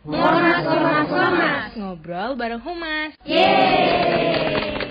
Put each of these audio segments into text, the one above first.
Ormas, ormas, ormas. Ngobrol bareng Humas. Yeay.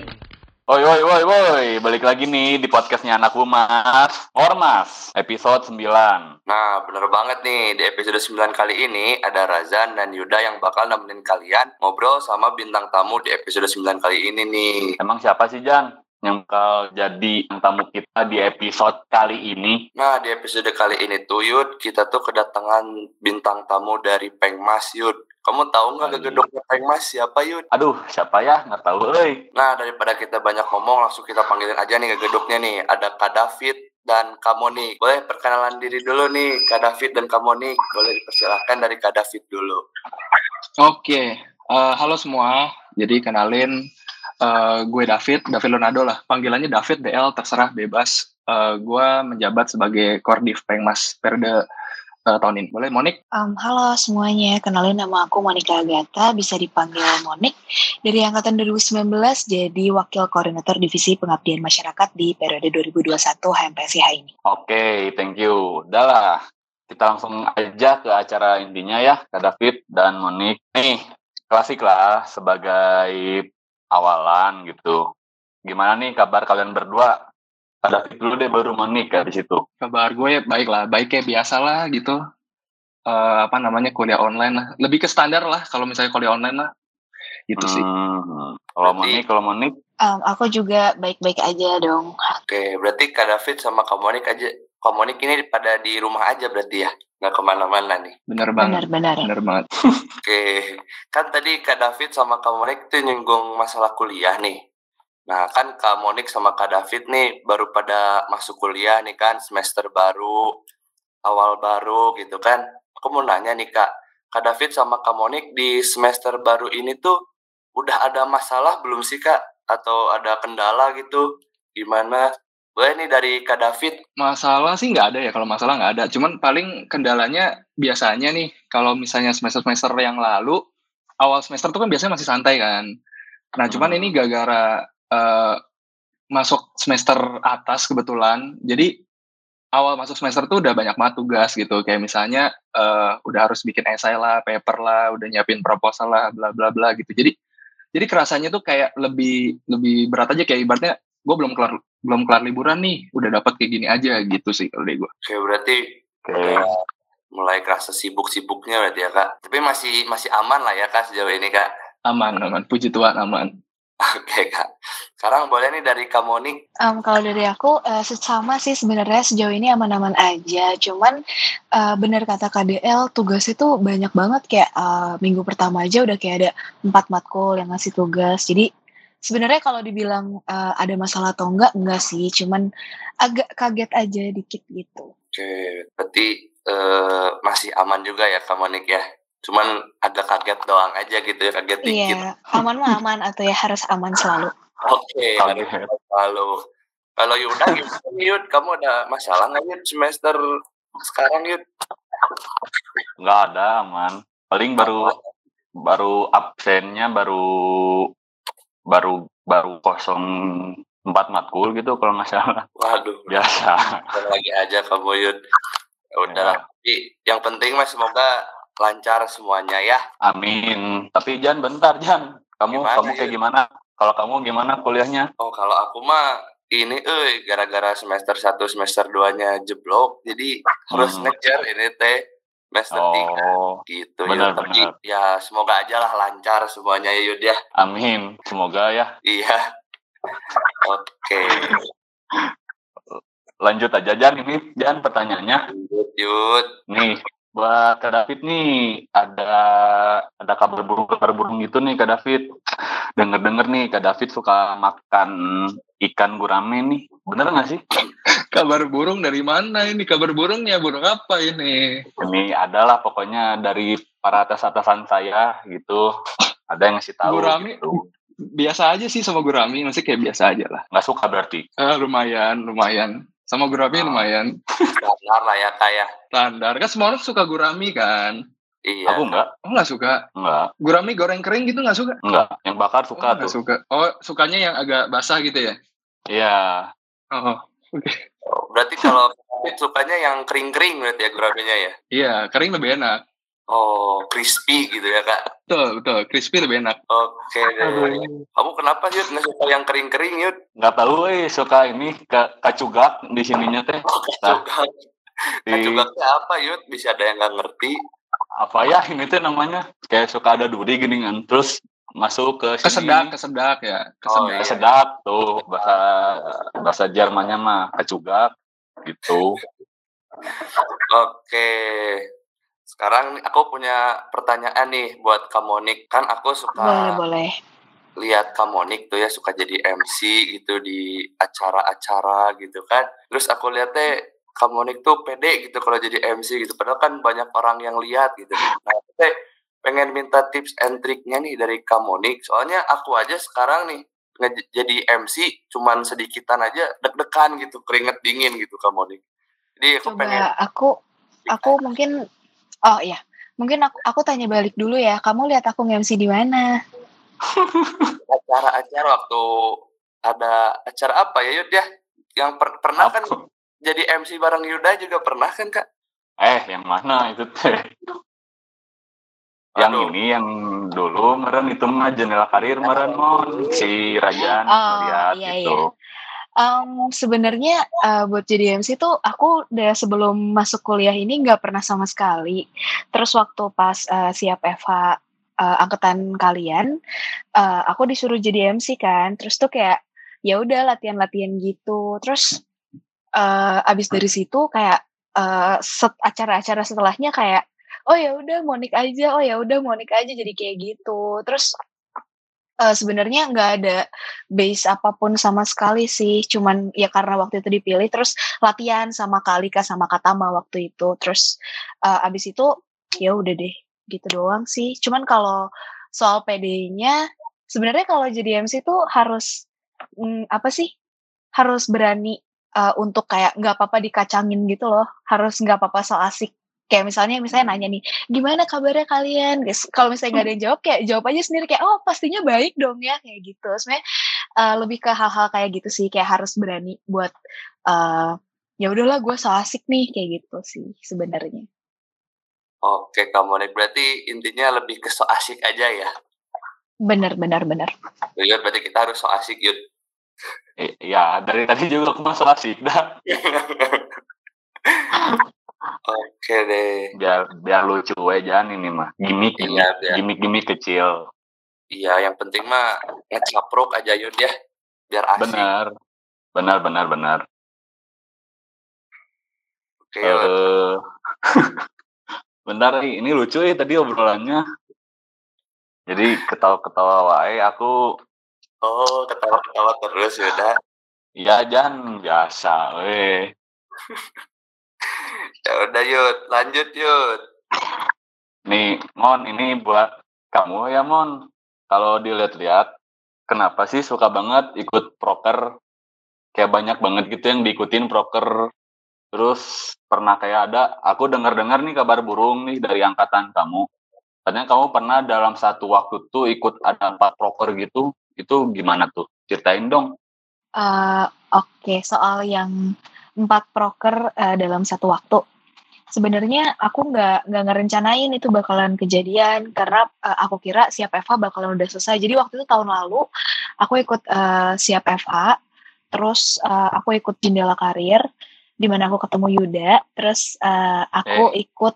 Woi, balik lagi nih di podcastnya anak Humas, Ormas, episode 9. Nah, bener banget nih, di episode 9 kali ini ada Razan dan Yuda yang bakal nemenin kalian ngobrol sama bintang tamu di episode 9 kali ini nih. Emang siapa sih, Jan, yang bakal jadi tamu kita di episode kali ini? Nah, di episode kali ini tuh, Yud, kita tuh kedatangan bintang tamu dari Pengmas, Yud. Kamu tahu nggak gegedoknya Pengmas siapa, Yud? Aduh, siapa ya? Nggak tahu, euy. Nah, daripada kita banyak ngomong, langsung kita panggilin aja nih gegedoknya nih. Ada Kak David dan Kak Monik. Boleh perkenalan diri dulu nih, Kak David dan Kak Monik. Boleh dipersilahkan dari Kak David dulu. Oke, halo semua. Jadi kenalin, gue David Leonardo lah. Panggilannya David, DL, terserah bebas. Gue menjabat sebagai Kordiv Pengmas periode tahun ini. Boleh, Monik? Halo semuanya, kenalin nama aku Monika Agatha, bisa dipanggil Monik. Dari angkatan 2019, jadi Wakil Koordinator Divisi Pengabdian Masyarakat di periode 2021 HMPSIH ini. Oke, thank you. Udah lah, kita langsung aja ke acara intinya ya, Kak David dan Monik. Nih, klasik lah sebagai awalan gitu. Gimana nih kabar kalian berdua? Kak David dulu deh, baru Monik ya di situ. Kabar gue baik lah, baik kayak biasa lah gitu. Kuliah online lah. Lebih ke standar lah kalau misalnya kuliah online lah. Gitu sih. Kalau Monik? Aku juga baik-baik aja dong. Oke, berarti Kak David sama Kak Monik aja. Kak Monik ini pada di rumah aja berarti ya? Nggak kemana-mana nih. Bener banget. Bener banget. Oke, kan tadi Kak David sama Kak Monik tuh nyinggung masalah kuliah nih. Nah, kan Kak Monik sama Kak David nih baru pada masuk kuliah nih kan, semester baru, awal baru gitu kan. Aku mau nanya nih Kak David sama Kak Monik di semester baru ini tuh udah ada masalah belum sih Kak? Atau ada kendala gitu? Gimana? Boleh nih dari Kak David. Masalah sih nggak ada ya, kalau masalah nggak ada. Cuman paling kendalanya biasanya nih, kalau misalnya semester-semester yang lalu, awal semester tuh kan biasanya masih santai kan. Nah, cuman ini gara-gara masuk semester atas kebetulan, jadi awal masuk semester tuh udah banyak banget tugas gitu, kayak misalnya udah harus bikin esai lah, paper lah, udah nyiapin proposal lah, bla bla bla gitu. Jadi kerasanya tuh kayak lebih berat aja, kayak ibaratnya gue belum kelar liburan nih, udah dapat kayak gini aja gitu sih kalau dari gue. Oke, berarti udah mulai kerasa sibuk-sibuknya berarti ya Kak. Tapi masih aman lah ya Kak sejauh ini Kak. Aman, puji Tuhan aman. Oke Kak, sekarang boleh nih dari Kak Monik. Kalau dari aku, sama sih sebenarnya sejauh ini aman-aman aja. Cuman benar kata KDL, tugas itu banyak banget. Kayak minggu pertama aja udah kayak ada 4 matkul yang ngasih tugas. Jadi sebenarnya kalau dibilang ada masalah atau enggak sih. Cuman agak kaget aja dikit gitu. Oke, berarti masih aman juga ya Kak Monik ya. Cuman agak kaget doang aja gitu ya, kaget dikit. Iya, aman mah aman, atau ya harus aman selalu. Oke, harus selalu. Kalau Yuda gimana Yud? Kamu ada masalah nggak Yud semester sekarang Yud? Nggak ada, aman. Paling baru absennya baru 0,4 matkul gitu kalau nggak salah. Waduh, biasa. Lagi aja kamu Yud. Ya udahlah. Tapi yang penting mah semoga lancar semuanya ya. Amin. Tapi Jan, bentar Jan. Kamu kayak gimana? Kalau kamu gimana kuliahnya? Oh, kalau aku mah ini gara-gara semester 1 semester 2-nya jeblok. Jadi harus ngejar ini semester 3 gitu. Benar. Ya semoga aja lah lancar semuanya ya Yud ya. Amin. Semoga ya. Iya. Oke. Lanjut aja Jan, ini Jan pertanyaannya. Yud. Nih, buat Kak David nih ada kabar burung gitu nih Kak David. Dengar nih Kak David suka makan ikan gurame nih. Bener nggak sih? Kabar burung dari mana ini? Kabar burungnya burung apa ini? Ini adalah pokoknya dari para atasan saya gitu. Ada yang ngasih tahu. Gurame gitu. Biasa aja sih sama gurame, masih kayak biasa aja lah. Nggak suka berarti? Lumayan. Sama gurame lumayan. Standar lah ya Kak ya. Standar. Kan semua orang suka gurame kan? Iya. Aku enggak. Oh, nggak suka? Enggak. Gurame goreng kering gitu nggak suka? Enggak. Yang bakar suka tuh. Nggak suka. Oh, sukanya yang agak basah gitu ya? Iya. Oh, oke. Berarti kalau sukanya yang kering-kering berarti ya guramenya ya? Iya, kering lebih enak. Oh, crispy gitu ya Kak. Betul, crispy lebih enak. Oke deh. Kamu kenapa Yud nggak suka yang kering-kering Yud? Nggak tahu suka ini kacugak di sininya teh. Nah, Kacugaknya apa Yud? Bisa ada yang nggak ngerti. apa ya ini teh namanya? Kayak suka ada duri gini kan. Terus masuk ke sini. Kesedak ya. iya. Kesedak tuh bahasa Jermannya mah kacugak gitu. Oke. Sekarang aku punya pertanyaan nih buat Kak Monik. Kan aku suka Boleh. lihat Kak Monik tuh ya suka jadi MC gitu di acara-acara gitu kan. Terus aku lihat Kak Monik tuh pede gitu kalau jadi MC gitu. Padahal kan banyak orang yang lihat gitu. Nah, aku pengen minta tips and triknya nih dari Kak Monik. Soalnya aku aja sekarang nih jadi MC cuman sedikitan aja deg-degan gitu, keringet dingin gitu Kak Monik. Jadi aku pengen aku mungkin mungkin aku tanya balik dulu ya. Kamu lihat aku nge-MC di mana? Acara waktu ada acara apa ya Yud ya? Yang pernah kan jadi MC bareng Yuda juga pernah kan Kak? Yang mana itu teh? Yang ini yang dulu meren itu mah jendela karir meren mon si Rajan lihat gitu. Sebenarnya buat jadi MC tuh aku udah sebelum masuk kuliah ini nggak pernah sama sekali. Terus waktu pas siap FH angkatan kalian, aku disuruh jadi MC kan. Terus tuh kayak ya udah latihan gitu. Terus abis dari situ kayak acara-acara setelahnya kayak oh ya udah Monik aja jadi kayak gitu. Terus sebenarnya nggak ada base apapun sama sekali sih, cuman ya karena waktu itu dipilih terus latihan sama Kak Alika sama Kak Tama waktu itu. Terus abis itu ya udah deh gitu doang sih. Cuman kalau soal PD-nya sebenarnya kalau jadi MC tuh harus harus berani untuk kayak nggak apa-apa dikacangin gitu loh. Harus nggak apa-apa so asik. Kayak misalnya nanya nih, gimana kabarnya kalian? Guys, kalau misalnya nggak ada yang jawab, kayak jawab aja sendiri kayak, oh pastinya baik dong ya, kayak gitu. Sebenarnya lebih ke hal-hal kayak gitu sih, kayak harus berani buat ya udahlah gue so asik nih kayak gitu sih sebenarnya. Oke, Kak Monik berarti intinya lebih ke so asik aja ya? Bener. Yud, berarti kita harus so asik Yud. Ya dari tadi juga aku so asik dah. Oke deh. Biar lucu aja ini mah. Gimik kecil. Iya, yang penting mah ngecapruk aja Yud ya. Biar asik. Benar. Oke, Yud. Bentar ini lucu ya tadi obrolannya. Jadi ketawa-ketawa wae aku. Oh, ketawa-ketawa terus Yuda. Iya, Jan, biasa weh. Ya udah Yud, lanjut Yud. Nih, Mon, ini buat kamu ya, Mon. Kalau dilihat-lihat, kenapa sih suka banget ikut proker? Kayak banyak banget gitu yang diikutin proker. Terus pernah kayak aku dengar-dengar nih kabar burung nih dari angkatan kamu. Katanya kamu pernah dalam satu waktu tuh ikut ada 4 proker gitu. Itu gimana tuh? Ceritain dong. Oke, soal yang 4 proker dalam satu waktu. Sebenarnya aku nggak ngerencanain itu bakalan kejadian karena aku kira siap FH bakalan udah selesai. Jadi waktu itu tahun lalu aku ikut siap FH, terus aku ikut jendela karir di mana aku ketemu Yuda, terus aku ikut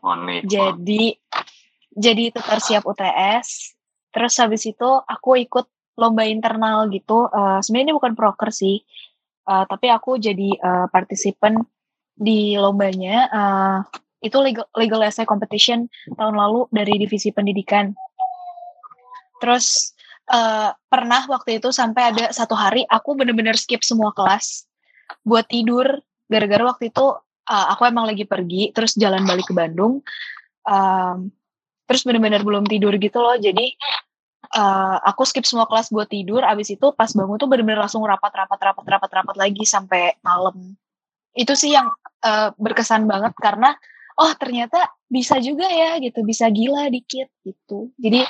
jadi tutor siap UTS. Terus habis itu aku ikut lomba internal gitu. Sebenarnya ini bukan proker sih, tapi aku jadi partisipan di lombanya. Itu legal essay competition tahun lalu dari divisi pendidikan. Terus pernah waktu itu sampai ada satu hari aku benar-benar skip semua kelas buat tidur gara-gara waktu itu aku emang lagi pergi terus jalan balik ke Bandung, terus benar-benar belum tidur gitu loh. Jadi aku skip semua kelas buat tidur. Abis itu pas bangun tuh benar-benar langsung rapat lagi sampai malam. Itu sih yang berkesan banget karena oh ternyata bisa juga ya gitu, bisa gila dikit gitu. Jadi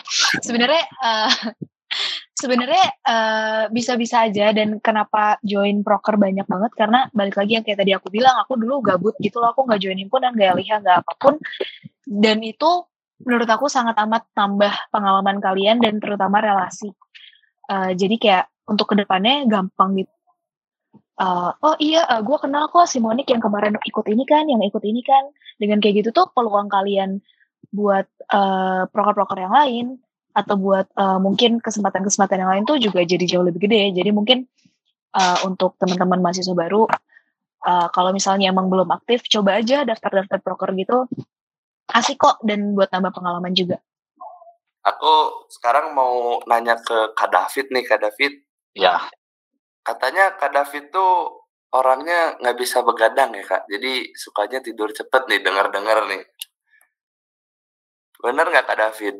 sebenarnya bisa-bisa aja. Dan kenapa join proker banyak banget karena balik lagi yang kayak tadi aku bilang, aku dulu gabut gitu loh, aku nggak join himpunan, nggak LIH, nggak apapun. Dan itu menurut aku sangat amat tambah pengalaman kalian dan terutama relasi. Jadi kayak untuk kedepannya gampang gitu. Oh iya, gue kenal kok si Monik yang kemarin ikut ini kan, yang ikut ini kan. Dengan kayak gitu tuh peluang kalian buat proker-proker yang lain atau buat mungkin kesempatan-kesempatan yang lain tuh juga jadi jauh lebih gede. Jadi mungkin untuk teman-teman mahasiswa baru, kalau misalnya emang belum aktif, coba aja daftar-daftar proker gitu. Asik kok dan buat nambah pengalaman juga. Aku sekarang mau nanya ke Kak David nih, Kak David. Ya, Katanya Kak David tuh orangnya nggak bisa begadang ya Kak. Jadi sukanya tidur cepet nih, dengar-dengar nih. Bener nggak Kak David?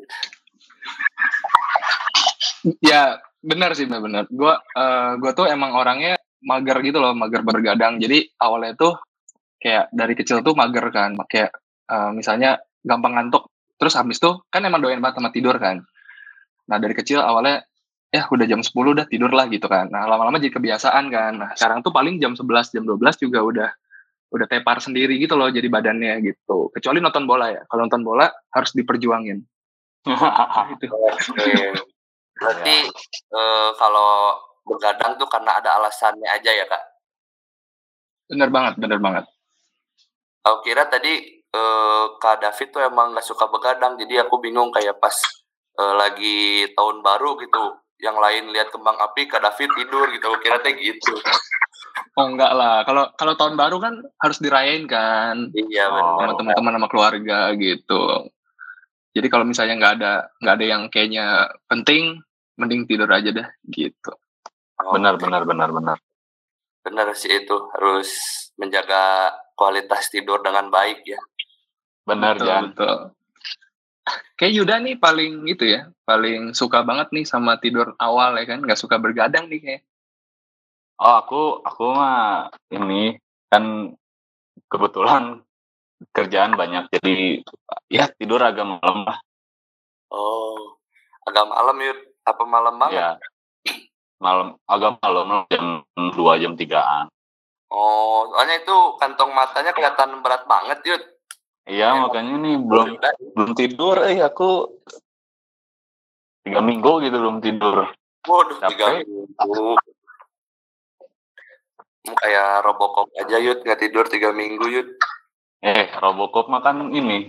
Ya benar sih, benar. Gue tuh emang orangnya mager gitu loh, mager bergadang. Jadi awalnya tuh kayak dari kecil tuh mager kan, kayak misalnya gampang ngantuk. Terus habis tuh kan emang doyan banget sama tidur kan. Nah dari kecil awalnya ya udah jam 10 udah tidur lah gitu kan. Nah lama-lama jadi kebiasaan kan. Nah sekarang tuh paling jam 11, jam 12 juga udah tepar sendiri gitu loh jadi badannya gitu. Kecuali nonton bola ya. Kalau nonton bola harus diperjuangin. Gitu. Oke. Berarti kalau begadang tuh karena ada alasannya aja ya Kak? Bener banget, bener banget. Aku kira tadi Kak David tuh emang nggak suka begadang. Jadi aku bingung kayak pas lagi tahun baru gitu. Yang lain lihat kembang api, Kak David tidur gitu. Aku kira teh gitu. Oh enggak lah, kalau tahun baru kan harus dirayain kan Iya Oh, benar. sama teman-teman sama keluarga gitu. Jadi kalau misalnya nggak ada yang kayaknya penting, mending tidur aja dah gitu. benar. Benar sih itu harus menjaga kualitas tidur dengan baik ya. Benar, Betul, Jan. betul. Kayak Yuda nih paling itu ya, paling suka banget nih sama tidur awal ya kan, nggak suka bergadang nih kayak. Oh, aku mah ini kan kebetulan kerjaan banyak, jadi ya tidur agak malam lah. Oh, agak malam yuk. Apa malam banget? Ya, agak malam jam 2 jam 3-an. Oh, soalnya itu kantong matanya kelihatan berat banget yuk. Iya, makanya nih belum tidur. Aku 3 minggu gitu belum tidur. Waduh, 3 Capek. minggu. Kayak Robocop aja yuk, nggak tidur 3 minggu yuk. Robocop mah kan ini,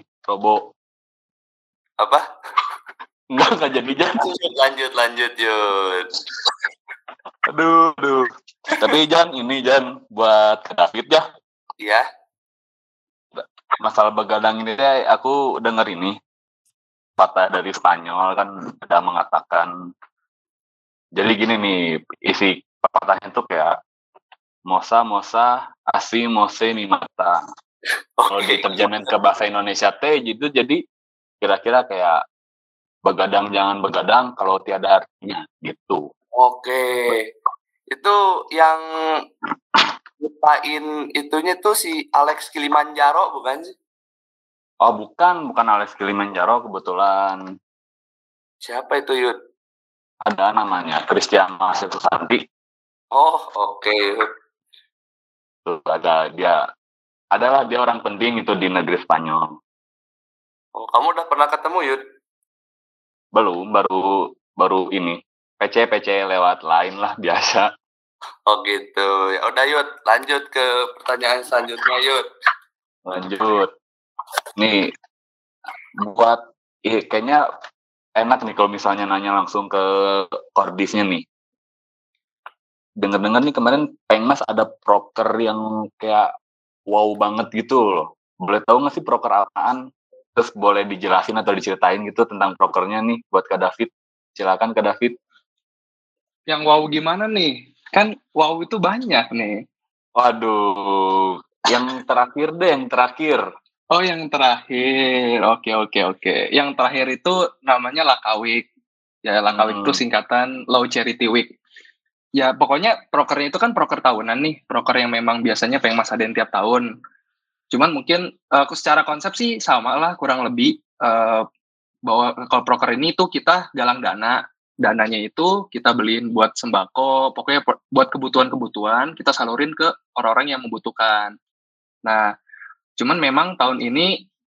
Apa? Enggak jadi. Lanjut yuk. Aduh. Tapi Jan buat David ya. Iya. Masalah begadang ini aku denger ini patah dari Spanyol kan ada mengatakan. Jadi gini nih, isi patahnya tuh kayak mosa así mose mi mata. Kalau diterjemahin ke bahasa Indonesia gitu, jadi kira-kira kayak begadang jangan begadang kalau tiada artinya gitu. Oke. Itu yang nyiptain itunya tuh si Alex Kilimanjaro bukan sih? Oh, bukan Alex Kilimanjaro kebetulan. Siapa itu Yud? Ada namanya Cristiano Susanti. Oh, oke. Tuh, adalah dia orang penting itu di negeri Spanyol. Oh, kamu udah pernah ketemu Yud? Belum, baru ini. PC lewat lain lah biasa. Oh gitu. Ya udah Yud, lanjut ke pertanyaan selanjutnya Yud. Lanjut. Nih, kayaknya enak nih kalau misalnya nanya langsung ke kordisnya nih. Dengar-dengar nih kemarin Pengmas ada proker yang kayak wow banget gitu loh. Boleh tahu nggak sih proker apaan? Terus boleh dijelasin atau diceritain gitu tentang prokernya nih buat Kak David. Silakan Kak David. Yang wow gimana nih? Kan wow itu banyak nih. Waduh, yang terakhir deh, yang terakhir. Oh, yang terakhir. Oke. Yang terakhir itu namanya Lakawik. Ya, Lakawik itu singkatan Low Charity Week. Ya, pokoknya prokernya itu kan proker tahunan nih. Proker yang memang biasanya Pengmas adain tiap tahun. Cuman mungkin secara konsep sih sama lah kurang lebih. Bahwa kalau proker ini tuh kita galang dana. Dananya itu kita beliin buat sembako. Pokoknya buat kebutuhan-kebutuhan kita salurin ke orang-orang yang membutuhkan. Nah, cuman memang tahun ini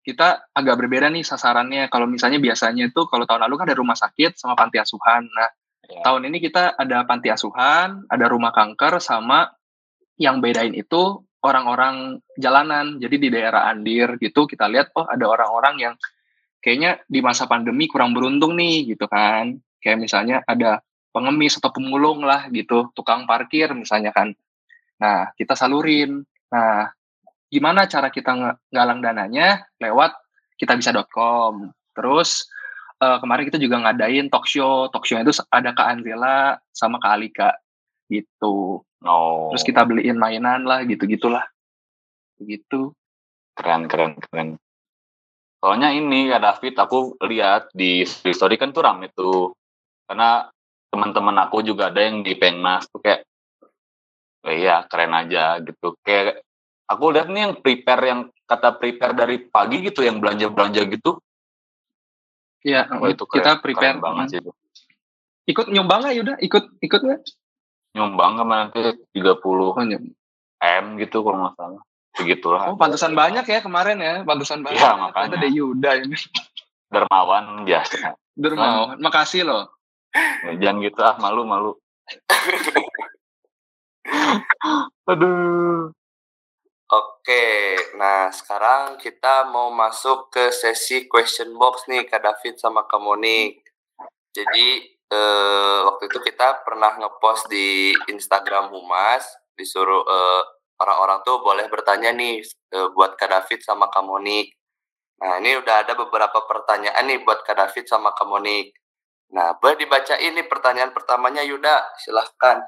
kita agak berbeda nih sasarannya. Kalau misalnya biasanya itu kalau tahun lalu kan ada rumah sakit sama panti asuhan. Nah, tahun ini kita ada panti asuhan, ada rumah kanker, sama yang bedain itu orang-orang jalanan. Jadi di daerah Andir gitu kita lihat, oh ada orang-orang yang kayaknya di masa pandemi kurang beruntung nih gitu kan. Kayak misalnya ada pengemis atau pemulung lah gitu, tukang parkir misalnya kan. Nah, kita salurin. Nah, gimana cara kita galang dananya? Lewat kitabisa.com. Terus kemarin kita juga ngadain talk show. Talk show itu ada Kak Anzela sama Kak Alika gitu. Terus kita beliin mainan lah, gitu-gitulah. Begitu. Keren. Soalnya ini Kak David, aku lihat di story kan tuh rame tuh. Karena teman-teman aku juga ada yang di Pengmas tuh kayak, iya keren aja gitu. Kayak aku lihat nih yang prepare dari pagi gitu, yang belanja gitu. Iya, itu keren, kita prepare keren banget sih itu. Ikut nyumbang nggak Yuda? Ikut nggak? Nyumbang kemarin nanti 30 M gitu kalau nggak salah. Begitulah. Oh, pantesan banyak ya kemarin ya, pantesan banyak. Iya, makanya. Ternyata ada Yuda ini. Dermawan biasa. Dermawan, makasih loh. Jangan gitu malu. Aduh. Oke, nah sekarang kita mau masuk ke sesi question box nih Kak David sama Kak Monik. Jadi waktu itu kita pernah ngepost di Instagram Humas, disuruh orang-orang tuh boleh bertanya nih buat Kak David sama Kak Monik. Nah ini udah ada beberapa pertanyaan nih buat Kak David sama Kak Monik. Nah boleh dibacain nih pertanyaan pertamanya Yuda, silahkan.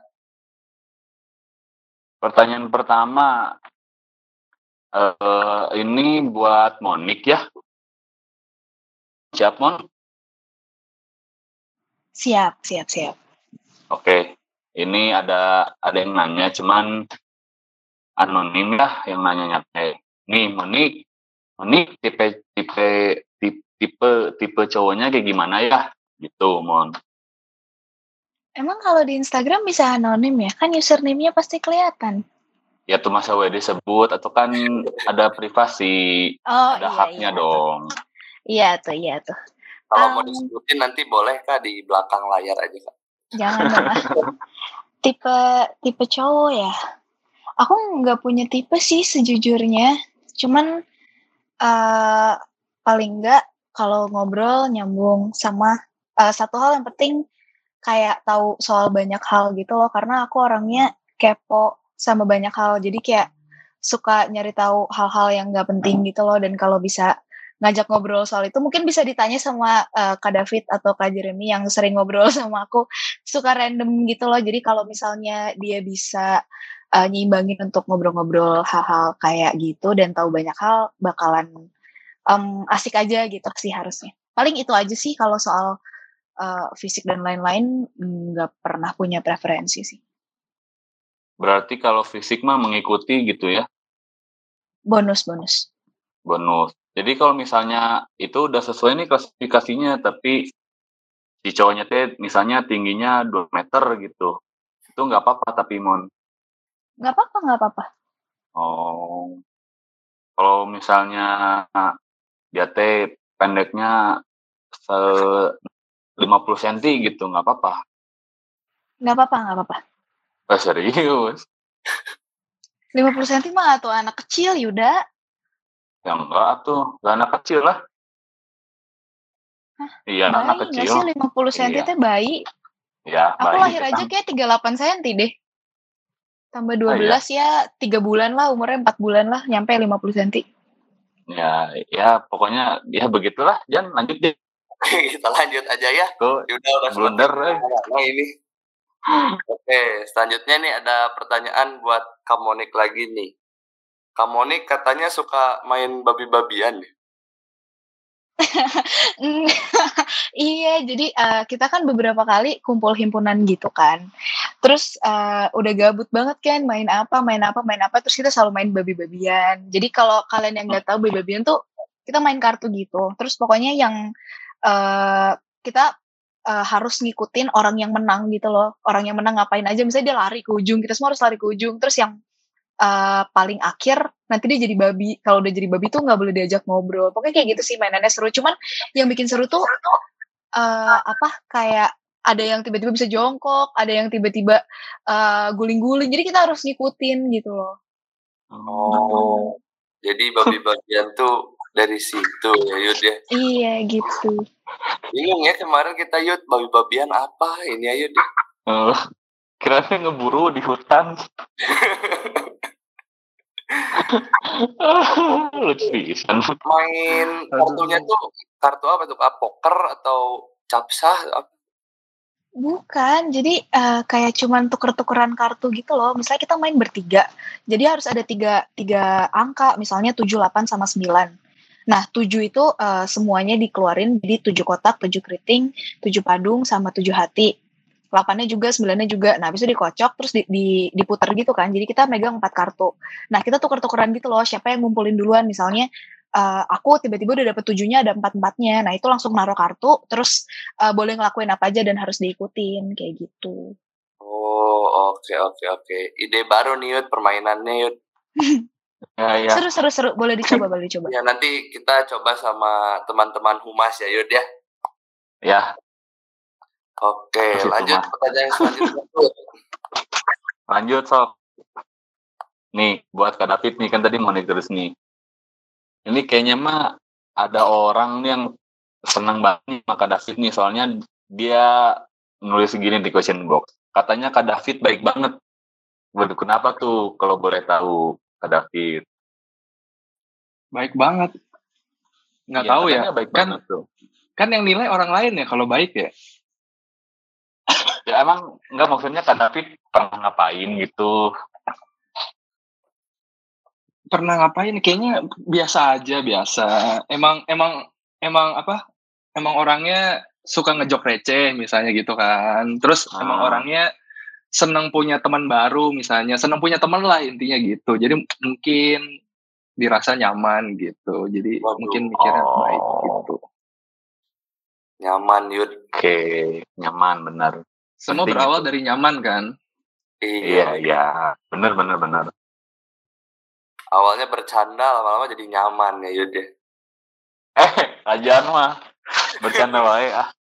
Pertanyaan pertama, ini buat Monik ya. Siap, Mon? Siap. Oke. Ini ada yang nanya, cuman anonim lah yang nanya. Nih, Monik tipe cowoknya kayak gimana ya? Gitu, Mon. Emang kalau di Instagram bisa anonim ya? Kan username-nya pasti kelihatan. Ya tuh masa WD sebut, atau kan ada privasi, ada haknya dong. Iya tuh. Kalau mau disebutin nanti boleh Kak di belakang layar aja Kak. Jangan dong. Tipe cowok ya. Aku nggak punya tipe sih sejujurnya. Cuman paling nggak kalau ngobrol nyambung sama satu hal yang penting kayak tahu soal banyak hal gitu loh. Karena aku orangnya kepo sama banyak hal. Jadi kayak suka nyari tahu hal-hal yang nggak penting gitu loh. Dan kalau bisa ngajak ngobrol soal itu mungkin bisa ditanya sama Kak David atau Kak Jeremy yang sering ngobrol sama aku, suka random gitu loh. Jadi kalau misalnya dia bisa nyimbangin untuk ngobrol-ngobrol hal-hal kayak gitu dan tahu banyak hal, bakalan asik aja gitu sih harusnya. Paling itu aja sih kalau soal fisik dan lain-lain, nggak pernah punya preferensi sih. Berarti kalau fisik mah mengikuti gitu ya? Bonus. Jadi kalau misalnya itu udah sesuai nih klasifikasinya, tapi si cowoknya tuh misalnya tingginya 2 meter gitu, itu nggak apa-apa tapi Mon? Nggak apa-apa. Oh, kalau misalnya dia teh pendeknya 50 cm gitu, nggak apa-apa? Nggak apa-apa. Serius? 50 cm mah atau anak kecil, Yuda? Ya enggak tuh, nggak anak kecil lah. Hah? Iya, bayi anak kecil. Nggak sih 50 cm Iya. teh bayi? Ya, aku bayi lahir gitu aja kan. kayak 38 cm deh. Tambah 12 ya 3 bulan lah, umurnya 4 bulan lah, nyampe 50 cm. Ya pokoknya ya begitulah. Jan, lanjut deh. Kita lanjut aja ya. Udah blunder. Nah ini. Oke, selanjutnya nih ada pertanyaan buat Kak Monik lagi nih. Kak Monik katanya suka main babi-babian. Iya, jadi kita kan beberapa kali kumpul himpunan gitu kan. Terus udah gabut banget kan, main apa, terus kita selalu main babi-babian. Jadi kalau kalian yang nggak tahu babi-babian tuh, kita main kartu gitu. Terus pokoknya yang kita harus ngikutin orang yang menang gitu loh. Orang yang menang ngapain aja, misalnya dia lari ke ujung, kita semua harus lari ke ujung. Terus yang paling akhir nanti dia jadi babi. Kalau udah jadi babi tuh nggak boleh diajak ngobrol. Pokoknya kayak gitu sih mainannya seru. Cuman yang bikin seru tuh kayak ada yang tiba-tiba bisa jongkok, ada yang tiba-tiba guling-guling. Jadi kita harus ngikutin gitu loh. Oh, jadi babi-babian tuh dari situ ya Yud ya. Iya gitu. Bingung ya kemarin kita Yud babi-babian apa ini ya Yud. Kira-kira ngeburu di hutan. Lucu pisan. Main kartunya tuh kartu apa tuh? Poker atau capsah? Bukan, jadi kayak cuman tuker-tukeran kartu gitu loh. Misalnya kita main bertiga, jadi harus ada tiga angka, misalnya 7, 8, sama 9. Nah, 7 itu semuanya dikeluarin, jadi 7 kotak, 7 keriting, 7 padung, sama 7 hati. 8-nya juga, 9-nya juga. Nah, habis itu dikocok, terus diputer gitu kan. Jadi kita megang 4 kartu. Nah, kita tuker-tukeran gitu loh, siapa yang ngumpulin duluan. Misalnya, aku tiba-tiba udah dapet 7-nya, ada 4-4-nya. Nah, itu langsung naruh kartu, terus boleh ngelakuin apa aja dan harus diikutin, kayak gitu. Oh, oke. Ide baru nih Yud, permainannya Yud. Ya. Seru. Boleh dicoba. Ya, nanti kita coba sama teman-teman Humas ya Yud ya. Ya. Oke, lanjut pertanyaan selanjutnya. Lanjut Sob. Nih, buat Kak David nih, kan tadi mau terus nih. Ini kayaknya mah ada orang nih yang senang banget nih sama Kak David nih, soalnya dia nulis gini di question box. Katanya Kak David baik banget. Waduh, kenapa tuh kalau boleh tahu Kak David? Baik banget. Nggak tahu ya. Baik Kan banget tuh. Kan yang nilai orang lain ya kalau baik ya. Ya emang enggak, maksudnya Kak David pernah ngapain gitu? Pernah ngapain? Kayaknya biasa. Emang apa? Emang orangnya suka ngejok receh misalnya gitu kan. Terus emang orangnya senang punya teman baru misalnya, senang punya teman lah intinya gitu. Jadi mungkin dirasa nyaman gitu. Jadi mungkin mikirnya baik gitu. Nyaman Yud. Oke, nyaman benar. Semua penting berawal itu dari nyaman kan? Iya. Benar. Awalnya bercanda, lama-lama jadi nyaman ya Yud ya. Ajan mah bercanda wae ah.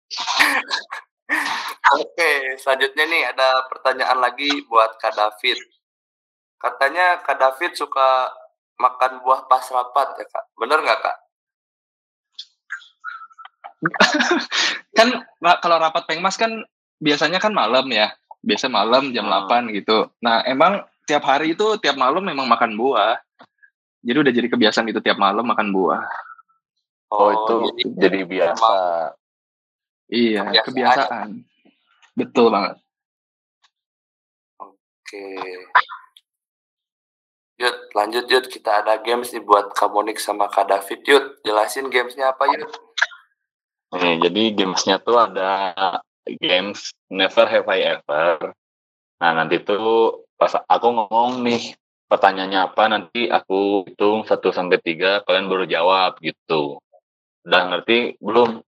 Oke, selanjutnya nih ada pertanyaan lagi buat Kak David. Katanya Kak David suka makan buah pas rapat ya Kak? Bener nggak Kak? Kan kalau rapat Pengmas kan biasanya kan malam ya. Biasa malam jam 8 gitu. Nah emang tiap hari itu tiap malam memang makan buah. Jadi udah jadi kebiasaan itu tiap malam makan buah. Oh itu jadi biasa. Iya, kebiasaan. Betul banget. Oke. Yud, lanjut Yud. Kita ada games nih buat Kak Monik sama Kak David. Yud, jelasin gamesnya apa Yud? Nih, jadi gamesnya tuh ada games Never Have I Ever. Nah, nanti tuh pas aku ngomong nih pertanyaannya apa, nanti aku hitung 1-3, kalian baru jawab gitu. Udah ngerti belum?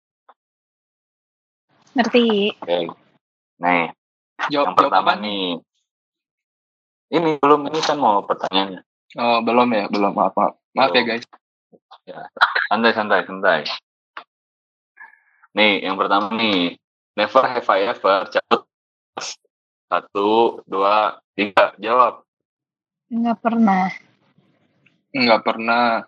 Ngerti. Oke. Nih, yang pertama nih. Ini belum, ini kan mau pertanyaannya. Oh, belum ya? Belum, maaf ya guys. Ya, santai. Nih, yang pertama nih. Never have I ever. Cabut. 1, 2, 3. Jawab. Nggak pernah.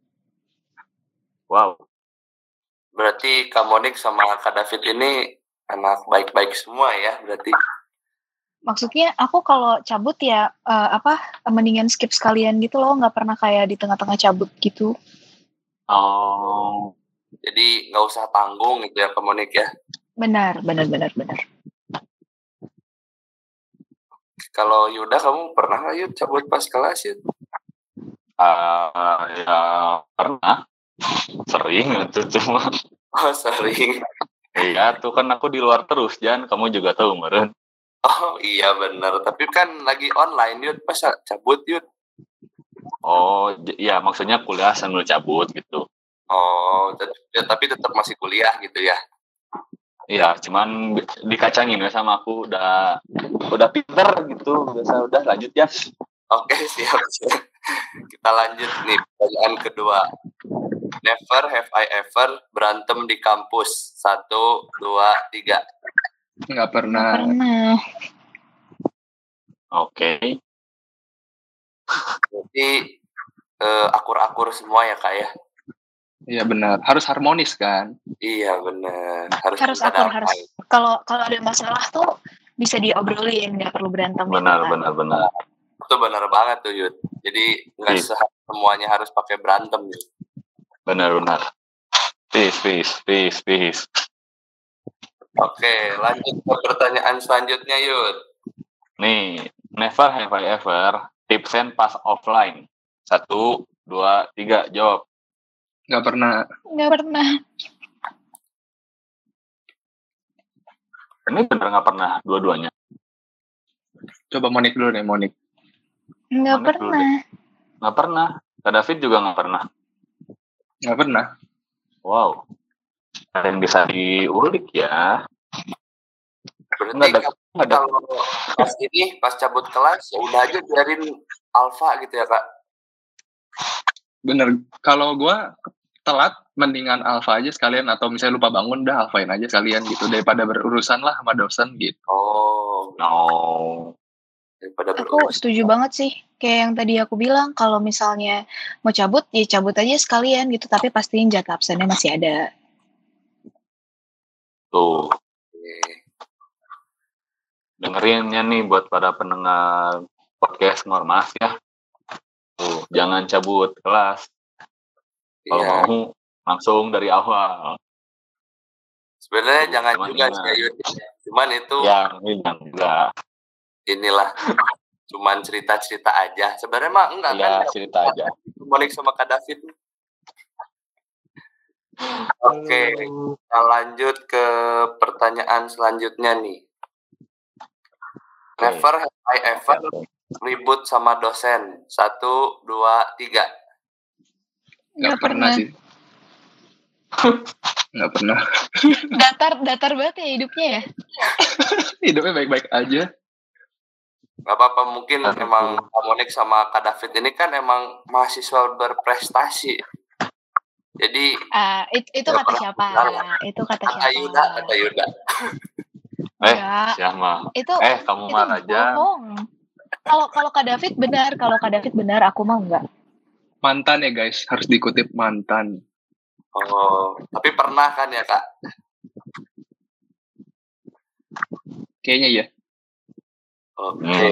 Wow. Berarti Kak Monik sama Kak David ini anak baik-baik semua ya berarti. Maksudnya aku kalau cabut ya mendingan skip sekalian gitu loh, nggak pernah kayak di tengah-tengah cabut gitu. Oh. Jadi nggak usah tanggung gitu ya Kak Monik ya. Benar. Kalau Yuda, kamu pernah nggak Yud cabut pas kelas Yud? Ya pernah. Sering itu cuma. Oh sering. Iya tuh kan aku di luar terus, Jan. Kamu juga tahu meren. Oh iya benar. Tapi kan lagi online Yud, masa cabut Yud? Oh ya maksudnya kuliah sambil cabut gitu. Oh tapi tetap masih kuliah gitu ya? Iya, cuman dikacangin ya sama aku, udah pinter gitu. Biasa udah lanjut ya. Oke, siap. Kita lanjut nih, pertanyaan kedua. Never have I ever berantem di kampus. 1, 2, 3. Nggak Nggak pernah. pernah. Oke. Berarti akur-akur semua ya Kak ya? Iya benar. Harus harmonis kan? Iya benar. Harus minta akur, damai. harus. Kalau ada masalah tuh bisa diobrolin, nggak perlu berantem. Benar. Itu benar banget tuh Yud. Jadi nggak semuanya harus pakai berantem Yud. Benar. Peace. Oke, lanjut ke pertanyaan selanjutnya Yud. Nih, never have I ever tipsen pas offline. 1, 2, 3, jawab. Nggak pernah. Nggak pernah. Ini benar nggak pernah dua-duanya. Coba Monik dulu nih, Monik. Nggak Monik dulu pernah. Nggak pernah. Kak David juga nggak pernah. Nggak pernah. Wow. Ada yang bisa diulik ya. Berarti kalau pas cabut kelas ya udah aja biarin alfa gitu ya Kak. Bener. Kalau gue telat, mendingan alfa aja sekalian. Atau misalnya lupa bangun, dah alfain aja sekalian gitu. Daripada berurusan lah sama dosen gitu. Oh, No. daripada Aku setuju banget sih. Kayak yang tadi aku bilang, kalau misalnya mau cabut, ya cabut aja sekalian gitu. Tapi pastiin jatah absennya masih ada. Tuh. Dengerinnya nih buat para pendengar podcast Ngormas ya. Tuh, jangan cabut kelas. Kalau mau langsung dari awal. Sebenarnya jangan juga sih Yud. Cuman itu ya jangan juga. Inilah cuman cerita-cerita aja. Sebenarnya mah enggak ya, kan cerita aja. Monik sama Kak David. Oke, kita lanjut ke pertanyaan selanjutnya nih. Never have I ever ribut sama dosen. 1, 2, 3. Nggak pernah sih. Nggak pernah. Datar banget ya hidupnya ya. Hidupnya baik-baik aja. Gak apa-apa, mungkin emang Kak Monik sama Kak David ini kan emang mahasiswa berprestasi. Jadi itu kata siapa? Itu kata siapa? Kata Yuda. Siapa? Kamu mah aja. Kalau Kak David benar, aku mah enggak. Mantan ya guys, harus dikutip mantan. Oh, tapi pernah kan ya Kak? Kayaknya ya. Oke.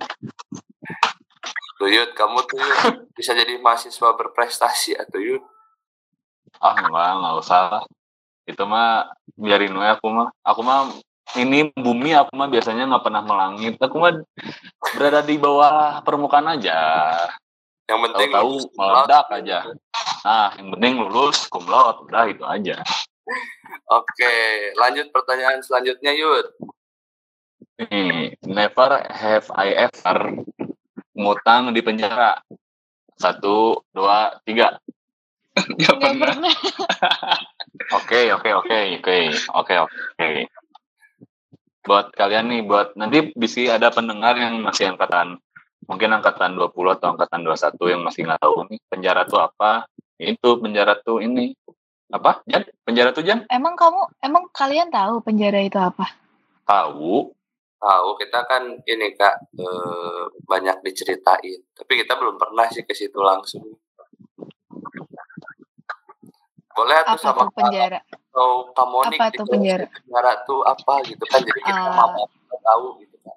Yud, kamu tuh bisa jadi mahasiswa berprestasi atau Yud? Nggak usah. Itu mah biarin we aku mah ini bumi aku mah biasanya nggak pernah melangit. Aku mah berada di bawah permukaan aja. Yang penting tahu meledak aja. Yang penting lulus cum laude, udah itu aja. Oke, lanjut pertanyaan selanjutnya Yud. Never have I ever ngutang di penjara. 1, 2, 3. Nggak pernah. Oke. Buat kalian nih, buat nanti bisa ada pendengar yang masih mungkin angkatan 20 atau angkatan 21 yang masih nggak tahu nih penjara tuh apa. Itu penjara tuh ini apa? Jan? Penjara tuh Jan? Emang kalian tahu penjara itu apa? Tahu, kita kan ini Kak banyak diceritain, tapi kita belum pernah sih ke situ langsung. Boleh tuh sama penjara? Atau Kak Monik apa tuh penjara? Penjara tuh apa gitu kan? Jadi kita tahu gitu kan.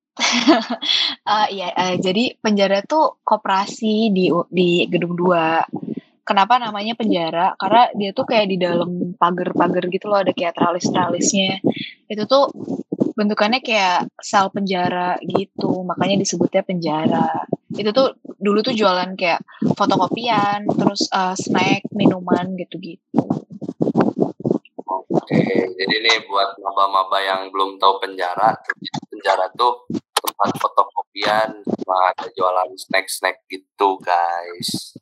Jadi penjara tuh koperasi di gedung 2. Kenapa namanya penjara? Karena dia tuh kayak di dalam pagar-pagar gitu loh, ada kayak tralis-tralisnya. Itu tuh bentukannya kayak sel penjara gitu, makanya disebutnya penjara. Itu tuh dulu tuh jualan kayak fotokopian, terus snack, minuman gitu-gitu. Oke, jadi nih buat maba-maba yang belum tahu penjara tuh tempat fotokopian, ada jualan snack-snack gitu guys.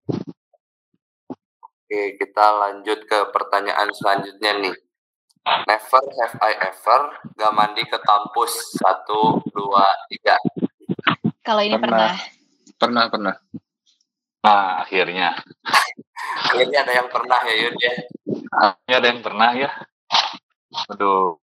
Oke, kita lanjut ke pertanyaan selanjutnya nih. Never have I ever gak mandi ke kampus. 1, 2, 3. Kalau ini pernah. Pernah. Nah, akhirnya Akhirnya ada yang pernah ya Yud ya. ada yang pernah ya. Aduh.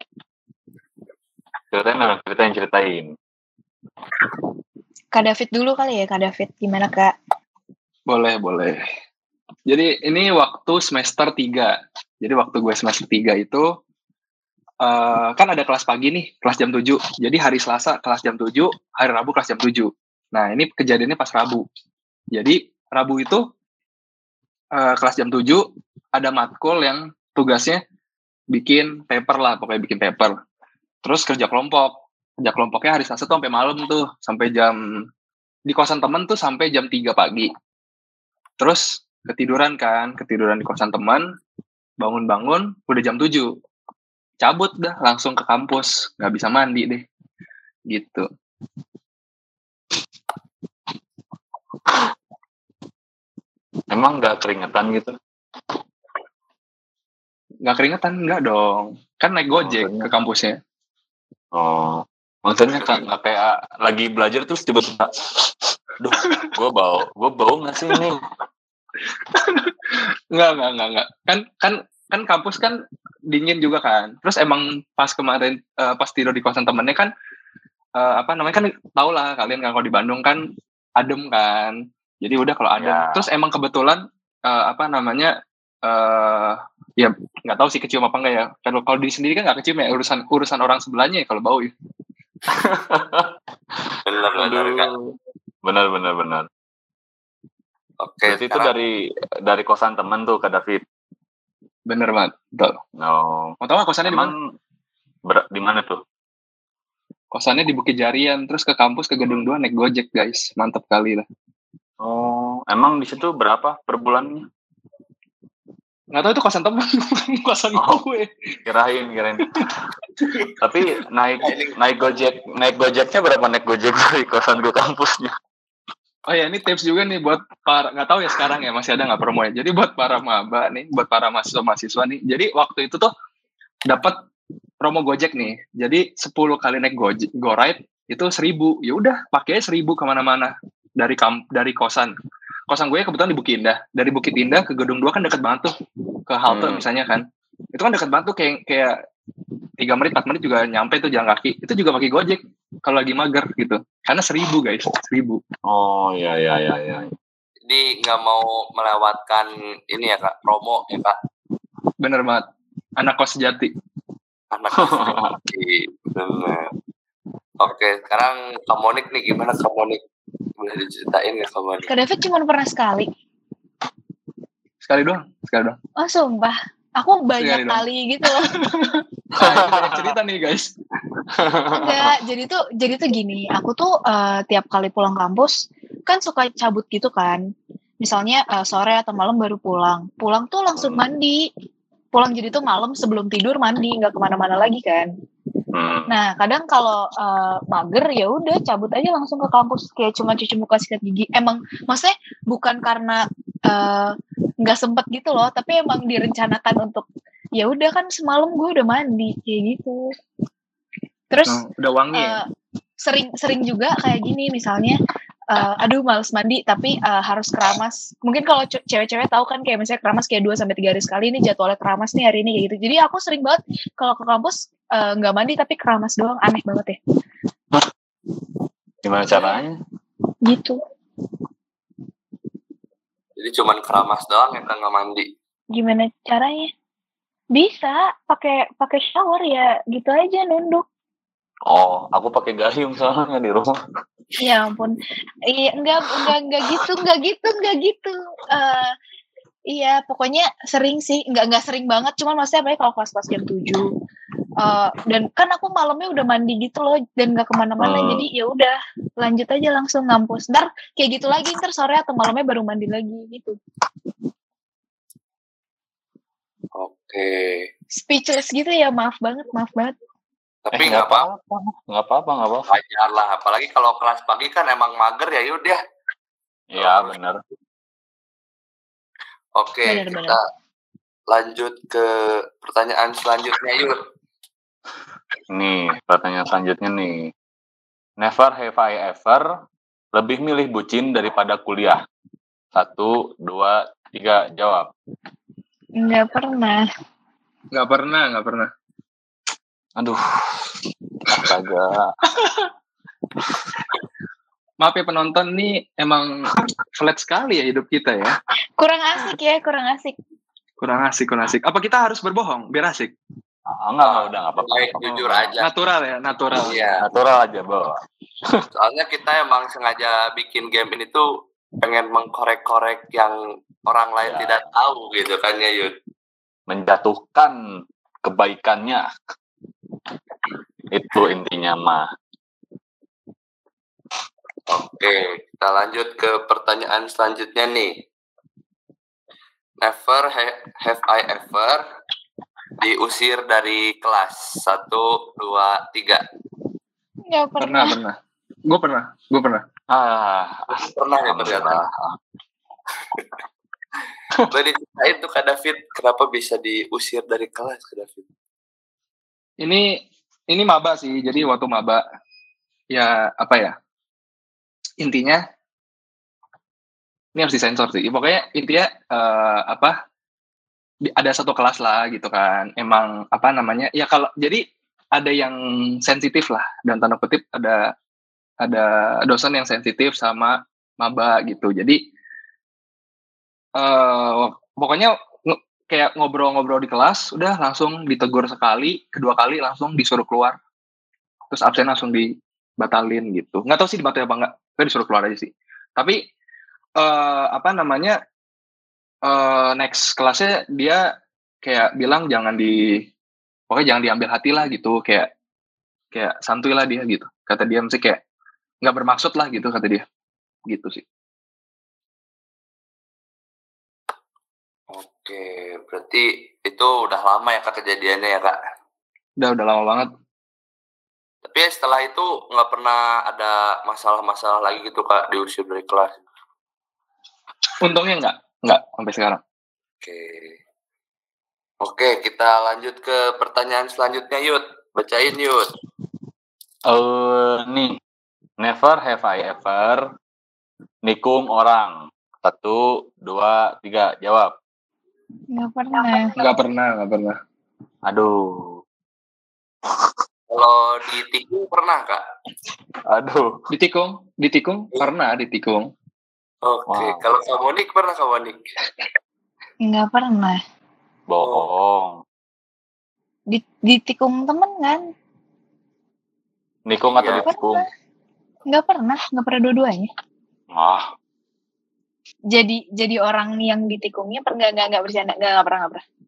Ceritain. Kak David dulu kali ya, Kak David. Gimana, Kak? Boleh. Jadi ini waktu semester 3. Jadi waktu gue semester 3 itu kan ada kelas pagi nih, kelas jam 7. Jadi hari Selasa kelas jam 7, hari Rabu kelas jam 7. Nah, ini kejadiannya pas Rabu. Jadi Rabu itu kelas jam 7 ada matkul yang tugasnya bikin paper lah, pokoknya bikin paper. Terus kerja kelompok. Kerja kelompoknya hari Selasa tuh sampai malam tuh, sampai jam di kosan temen tuh sampai jam 3 pagi. Terus ketiduran di kosan teman, bangun-bangun udah jam 7. Cabut dah langsung ke kampus, nggak bisa mandi deh. Gitu. Emang nggak keringetan gitu? Nggak keringetan, nggak dong. Kan naik Gojek ke kampusnya. Oh, maksudnya nggak kayak lagi belajar terus tiba-tiba, duh, gue bau nggak sih ini? Nggak. Kan kampus kan dingin juga kan. Terus emang pas kemarin pas tidur di kosan temennya kan kan tau lah kalian kan kalau di Bandung kan adem kan. Jadi udah kalau adem. Ya. Terus emang kebetulan ya nggak tahu sih kecium apa enggak ya. Kalau di sendiri kan nggak kecium ya, urusan orang sebelahnya ya kalau bau ya. Benar. Oke. Berarti itu dari kosan temen tuh Kak David. Bener banget, betul. No. Mau tahu nggak kosannya di mana? Di mana tuh? Kosannya di Bukit Jarian, terus ke kampus ke Gedung 2 naik Gojek guys, mantap kali lah. Oh, emang di situ berapa per bulannya? Nggak tahu itu kosan teman, kosan gue. Kirain. Tapi naik Gojeknya berapa naik Gojek dari kosan gue kampusnya? Oh ya, ini tips juga nih buat para, nggak tahu ya sekarang ya masih ada nggak promo ya. Jadi buat para maba nih, buat para mahasiswa nih. Jadi waktu itu tuh dapat promo Gojek nih. Jadi 10 kali naik GoRide itu 1.000. Ya udah, pakai 1.000 kemana-mana dari kosan. Kosan gue kebetulan di Bukit Indah. Dari Bukit Indah ke Gedung 2 kan dekat banget tuh. Ke halte misalnya kan. Itu kan dekat banget tuh kayak 3 menit, 4 menit juga nyampe tuh jalan kaki. Itu juga pakai Gojek kalau lagi mager gitu. Karena 1.000 guys, 1.000. Oh, iya. Jadi nggak mau melewatkan ini ya Kak, promo ya Kak. Bener banget. Anak kos sejati. Bener. Oke, sekarang Kak Monik nih, gimana Kak Monik? Boleh diceritain nggak Kak Monik? Kak David cuma pernah sekali. Sekali doang. Oh sumpah, aku banyak kali gitu loh. Nah, ini banyak cerita nih guys. Enggak, jadi tuh gini, aku tuh tiap kali pulang kampus kan suka cabut gitu kan. Misalnya sore atau malam baru pulang. Pulang tuh langsung mandi. Pulang jadi tuh malam sebelum tidur mandi, nggak kemana-mana lagi kan. Nah kadang kalau mager ya udah cabut aja langsung ke kampus, kayak cuma cuci muka, sikat gigi. Emang maksudnya bukan karena nggak sempet gitu loh, tapi emang direncanakan untuk ya udah kan semalam gue udah mandi kayak gitu. Terus udah wangi ya? Sering juga kayak gini misalnya aduh males mandi tapi harus keramas. Mungkin kalau cewek-cewek tahu kan kayak misalnya keramas kayak 2-3 hari sekali, ini jadwalnya keramas nih hari ini kayak gitu. Jadi aku sering banget kalau ke kampus nggak mandi tapi keramas doang, aneh banget ya. Gimana caranya? Gitu. Jadi cuman keramas doang ya Kak, nggak mandi? Gimana caranya? Bisa pakai shower ya gitu aja, nunduk. Oh, aku pakai gayung soalnya di rumah. Ya ampun. Iya, enggak gitu. Iya, pokoknya sering sih, enggak sering banget, cuman maksudnya apalagi kalau kelas-kelas jam 7. Dan kan aku malamnya udah mandi gitu loh dan enggak kemana-mana, jadi ya udah lanjut aja langsung ngampus. Ntar kayak gitu lagi, ntar sore atau malamnya baru mandi lagi gitu. Oke. Speechless gitu ya, maaf banget. Tapi nggak apa-apa. Wajar lah, apalagi kalau kelas pagi kan emang mager ya yaudah. Iya benar. Oke, kita lanjut ke pertanyaan selanjutnya yuk. Nih, pertanyaan selanjutnya nih. Never have I ever lebih milih bucin daripada kuliah. 1, 2, 3, jawab. Nggak pernah. Nggak pernah. Aduh, astaga. Maaf ya penonton, nih emang flat sekali ya hidup kita ya. Kurang asik ya, kurang asik. Kurang asik. Apa kita harus berbohong biar asik? Enggak, udah nggak apa-apa. Baik, jujur aja. Natural ya, natural. Iya. Natural aja, Bo. Soalnya kita emang sengaja bikin game ini tuh pengen mengkorek-korek yang orang lain Ya. tidak tahu gitu kan ya Yud. Menjatuhkan kebaikannya. Itu intinya mah. Oke, kita lanjut ke pertanyaan selanjutnya nih. Never have I ever diusir dari kelas. 1, 2, 3. Nggak pernah. Pernah. Gue pernah. Pernah ya ternyata. Boleh diceritain tuh Kak David, kenapa bisa diusir dari kelas Kak David? Ini maba sih. Jadi waktu maba ya apa ya? Intinya ini harus disensor sih. Pokoknya intinya ada satu kelas lah gitu kan. Emang apa namanya? Ya kalau jadi ada yang sensitif lah, dan tanda kutip ada dosen yang sensitif sama maba gitu. Jadi pokoknya kayak ngobrol-ngobrol di kelas, udah langsung ditegur sekali, kedua kali langsung disuruh keluar. Terus absen langsung dibatalin gitu. Nggak tahu sih dibatalin apa enggak, tapi disuruh keluar aja sih. Tapi next kelasnya dia kayak bilang pokoknya jangan diambil hati lah gitu, kayak santuy lah dia gitu. Kata dia mesti kayak nggak bermaksud lah gitu, kata dia. Gitu sih. Oke, berarti itu udah lama ya Kak kejadiannya ya Kak? Udah lama banget. Tapi setelah itu nggak pernah ada masalah-masalah lagi gitu Kak diusir dari kelas? Untungnya nggak sampai sekarang. Oke, kita lanjut ke pertanyaan selanjutnya Yud. Bacain Yud. Nih, never have I ever nikung orang. 1, 2, 3, jawab. Nggak pernah. Aduh. Kalau ditikung pernah Kak? Aduh. Ditikung pernah ditikung. Oke, Wow. Kalau Kak Monik pernah Kak Monik? Nggak pernah. Bohong. Ditikung temen kan? Nikung atau Iya. ditikung? Nggak pernah dua-duanya. Ah, Jadi orang yang ditikungnya nggak bercanda, nggak pernah.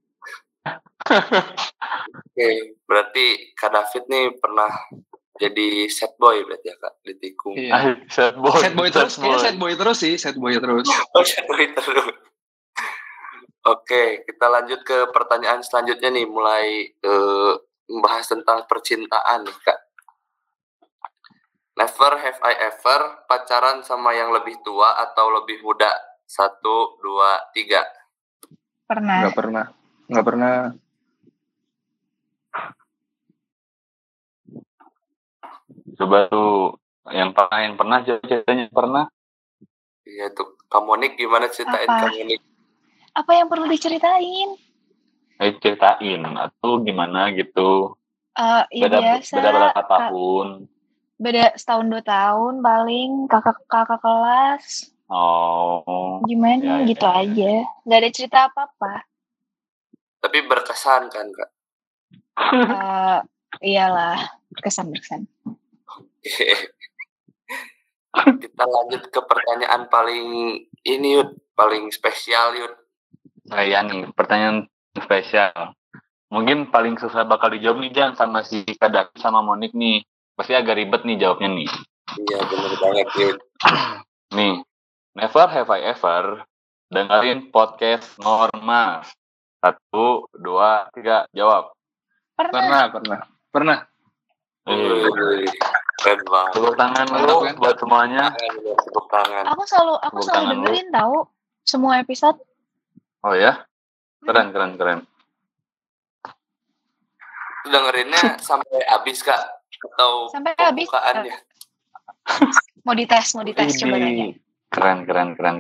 Oke, berarti Kak David nih pernah jadi sad boy berarti ya Kak, ditikung. Iya. sad boy. Sad boy terus, kayaknya sad boy terus sih, sad boy terus. Oh, sad boy terus. Oke, kita lanjut ke pertanyaan selanjutnya nih, mulai membahas tentang percintaan nih Kak. Never have I ever pacaran sama yang lebih tua atau lebih muda? 1, 2, 3. Pernah. Nggak pernah. Coba tuh yang pernah ceritanya pernah. Iya tuh, Kak Monik gimana ceritain Apa? Kak Monik? Apa yang perlu diceritain? Ceritain atau gimana gitu. Ya biasa. Beda berapa tahun? Beda setahun 2 tahun paling, kakak kelas. Oh. Gimana Ya, gitu ya. aja. Nggak ada cerita apa-apa. Tapi berkesan kan Kak? Iyalah, kesan. Kita lanjut ke pertanyaan paling ini Yud, paling spesial Yud. Iya nih, pertanyaan spesial. Mungkin paling susah bakal dijawab nih Jan sama si Kadak sama Monik nih. Pasti agak ribet nih jawabnya nih. Iya bener banget Yud. Nih, never have I ever dengerin podcast Norma. 1, 2, 3, jawab. Pernah. Wih, keren banget. Tepuk tangan Mantap, lu kan? buat semuanya. Tepuk tangan. Aku selalu Tepuk tangan dengerin tahu semua episode. Oh ya? Keren. Itu dengerinnya sampai habis Kak? Atau Sampai habis. pembukaannya? Mau dites coba nanya. Ini keren. Keren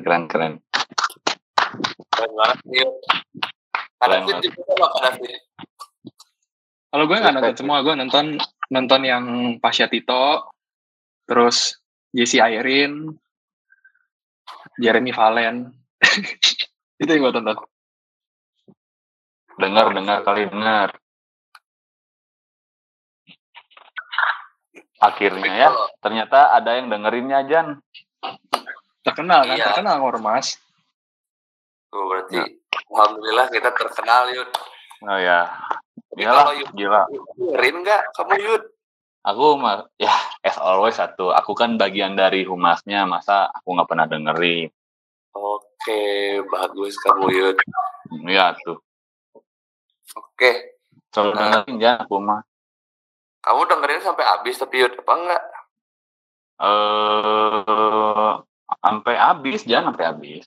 banget nih. Kak Keren David banget. juga sama Kak David. Kalau gue nggak nonton semua, gue nonton yang Pasha Tito, terus Jesse Irene, Jeremy Valen. Itu yang gue tonton. Dengar kali dengar. Akhirnya ya, ternyata ada yang dengerinnya Jan. Terkenal kan, Iya. terkenal Ormas. Tuh berarti alhamdulillah kita terkenal Yud. Oh ya. Tapi Iyalah, kalau Yud gila. dengerin nggak kamu Yud? Aku mah ya as always satu. Aku kan bagian dari humasnya, masa aku nggak pernah dengerin. Oke, bagus kamu Yud. Ya tuh. Oke, Selalu dengerin Jan aku mah. kamu dengerin sampai habis tapi Yud apa enggak? Sampai habis Jan, sampai habis.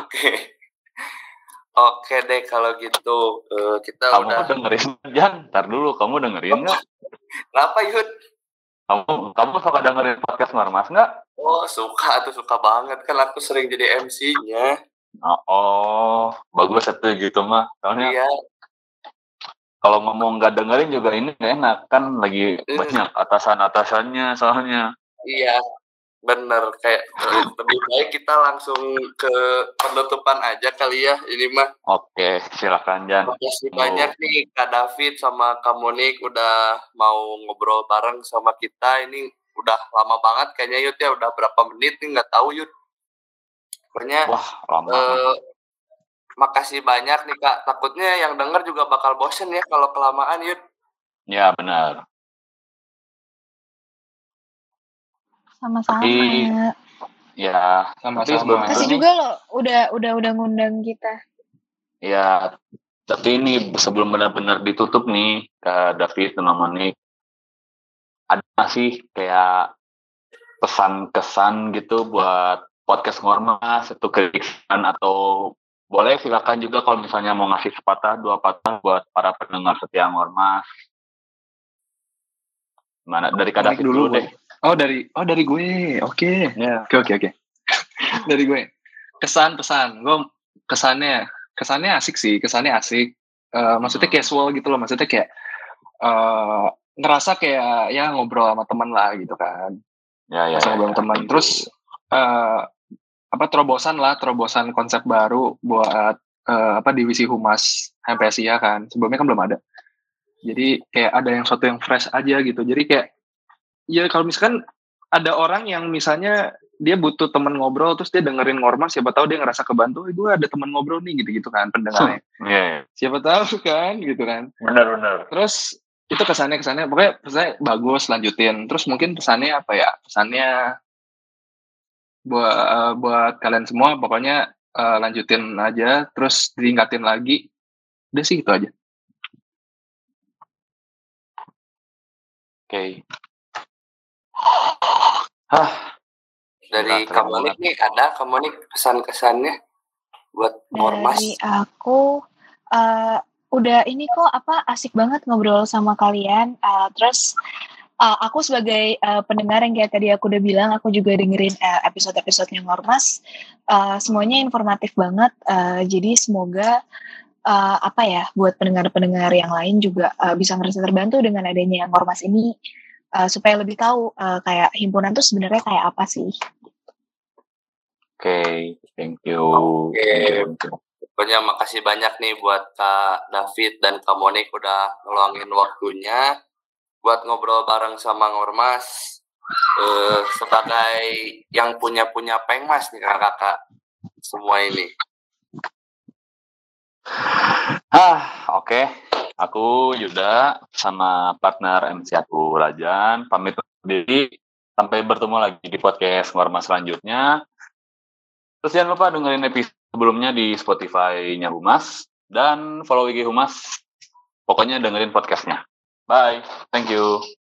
Oke deh kalau gitu kita Kamu udah. dengerin Jan, ntar dulu kamu dengerin nggak? Kenapa Yud? Kamu suka dengerin podcast Marmas nggak? Oh suka banget kan aku sering jadi MC-nya. Oh, bagus itu gitu mah. Soalnya Iya. kalau ngomong nggak dengerin juga ini nggak enak kan, lagi banyak atasannya soalnya. Iya, bener kayak lebih baik kita langsung ke penutupan aja kali ya ini mah. Oke, silakan Jan. Makasih banyak nih Kak David sama Kak Monik udah mau ngobrol bareng sama kita. Ini udah lama banget kayaknya Yud ya, udah berapa menit nih nggak tahu Yud. Pokoknya Wah, lama. makasih banyak nih Kak. Takutnya yang denger juga bakal bosen ya kalau kelamaan Yud. Ya benar. Sama-sama. Ya, tapi sebelum Makasih itu juga loh udah ngundang kita. ya, tapi ini sebelum benar-benar ditutup nih Kak David sama Monik, ada nggak sih kayak pesan-kesan gitu buat podcast Ngormas itu kesan, atau boleh silakan juga kalau misalnya mau ngasih sepatah dua patah buat para pendengar setia Ngormas. Mana dari Kak David dulu deh. Oh dari gue. Oke. Ya. Oke. Dari gue. Kesan-pesan. Gue kesannya asik sih. Kesannya asik. Maksudnya casual gitu loh. Maksudnya kayak ngerasa kayak ya ngobrol sama teman lah gitu kan. Ya. Ngobrol sama teman. Terus terobosan konsep baru buat divisi humas HMPSI kan. Sebelumnya kan belum ada. Jadi kayak ada sesuatu yang fresh aja gitu. Jadi kayak ya kalau misalkan ada orang yang misalnya dia butuh teman ngobrol terus dia dengerin Ngormas, siapa tahu dia ngerasa kebantu, gue ada teman ngobrol nih gitu kan pendengarnya. Yeah. Siapa tahu kan gitu kan. Benar. Terus itu kesannya pokoknya pesannya bagus, lanjutin. Terus mungkin pesannya apa ya? Pesannya buat kalian semua pokoknya lanjutin aja, terus ditingkatin lagi. Udah sih itu aja. Oke. Dari Kak Monik nih ada Kak Monik pesan-kesannya buat Ngormas? Dari aku udah ini kok asik banget ngobrol sama kalian. Terus aku sebagai pendengar yang kayak tadi aku udah bilang, aku juga dengerin episode-episodenya Ngormas. Semuanya informatif banget. Jadi semoga buat pendengar-pendengar yang lain juga bisa ngerasa terbantu dengan adanya Ngormas ini, supaya lebih tahu kayak himpunan tuh sebenarnya kayak apa sih. Oke, thank you. Pokoknya makasih banyak nih buat Kak David dan Kak Monik udah ngeluangin waktunya buat ngobrol bareng sama Ngormas, sebagai yang punya pengmas nih kakak-kakak semua ini. Oke. Aku Yuda sama partner MC aku Rajan pamit diri, sampai bertemu lagi di podcast Ngormas selanjutnya. Terus jangan lupa dengerin episode sebelumnya di Spotify-nya Humas dan follow IG Humas. Pokoknya dengerin podcastnya. Bye. Thank you.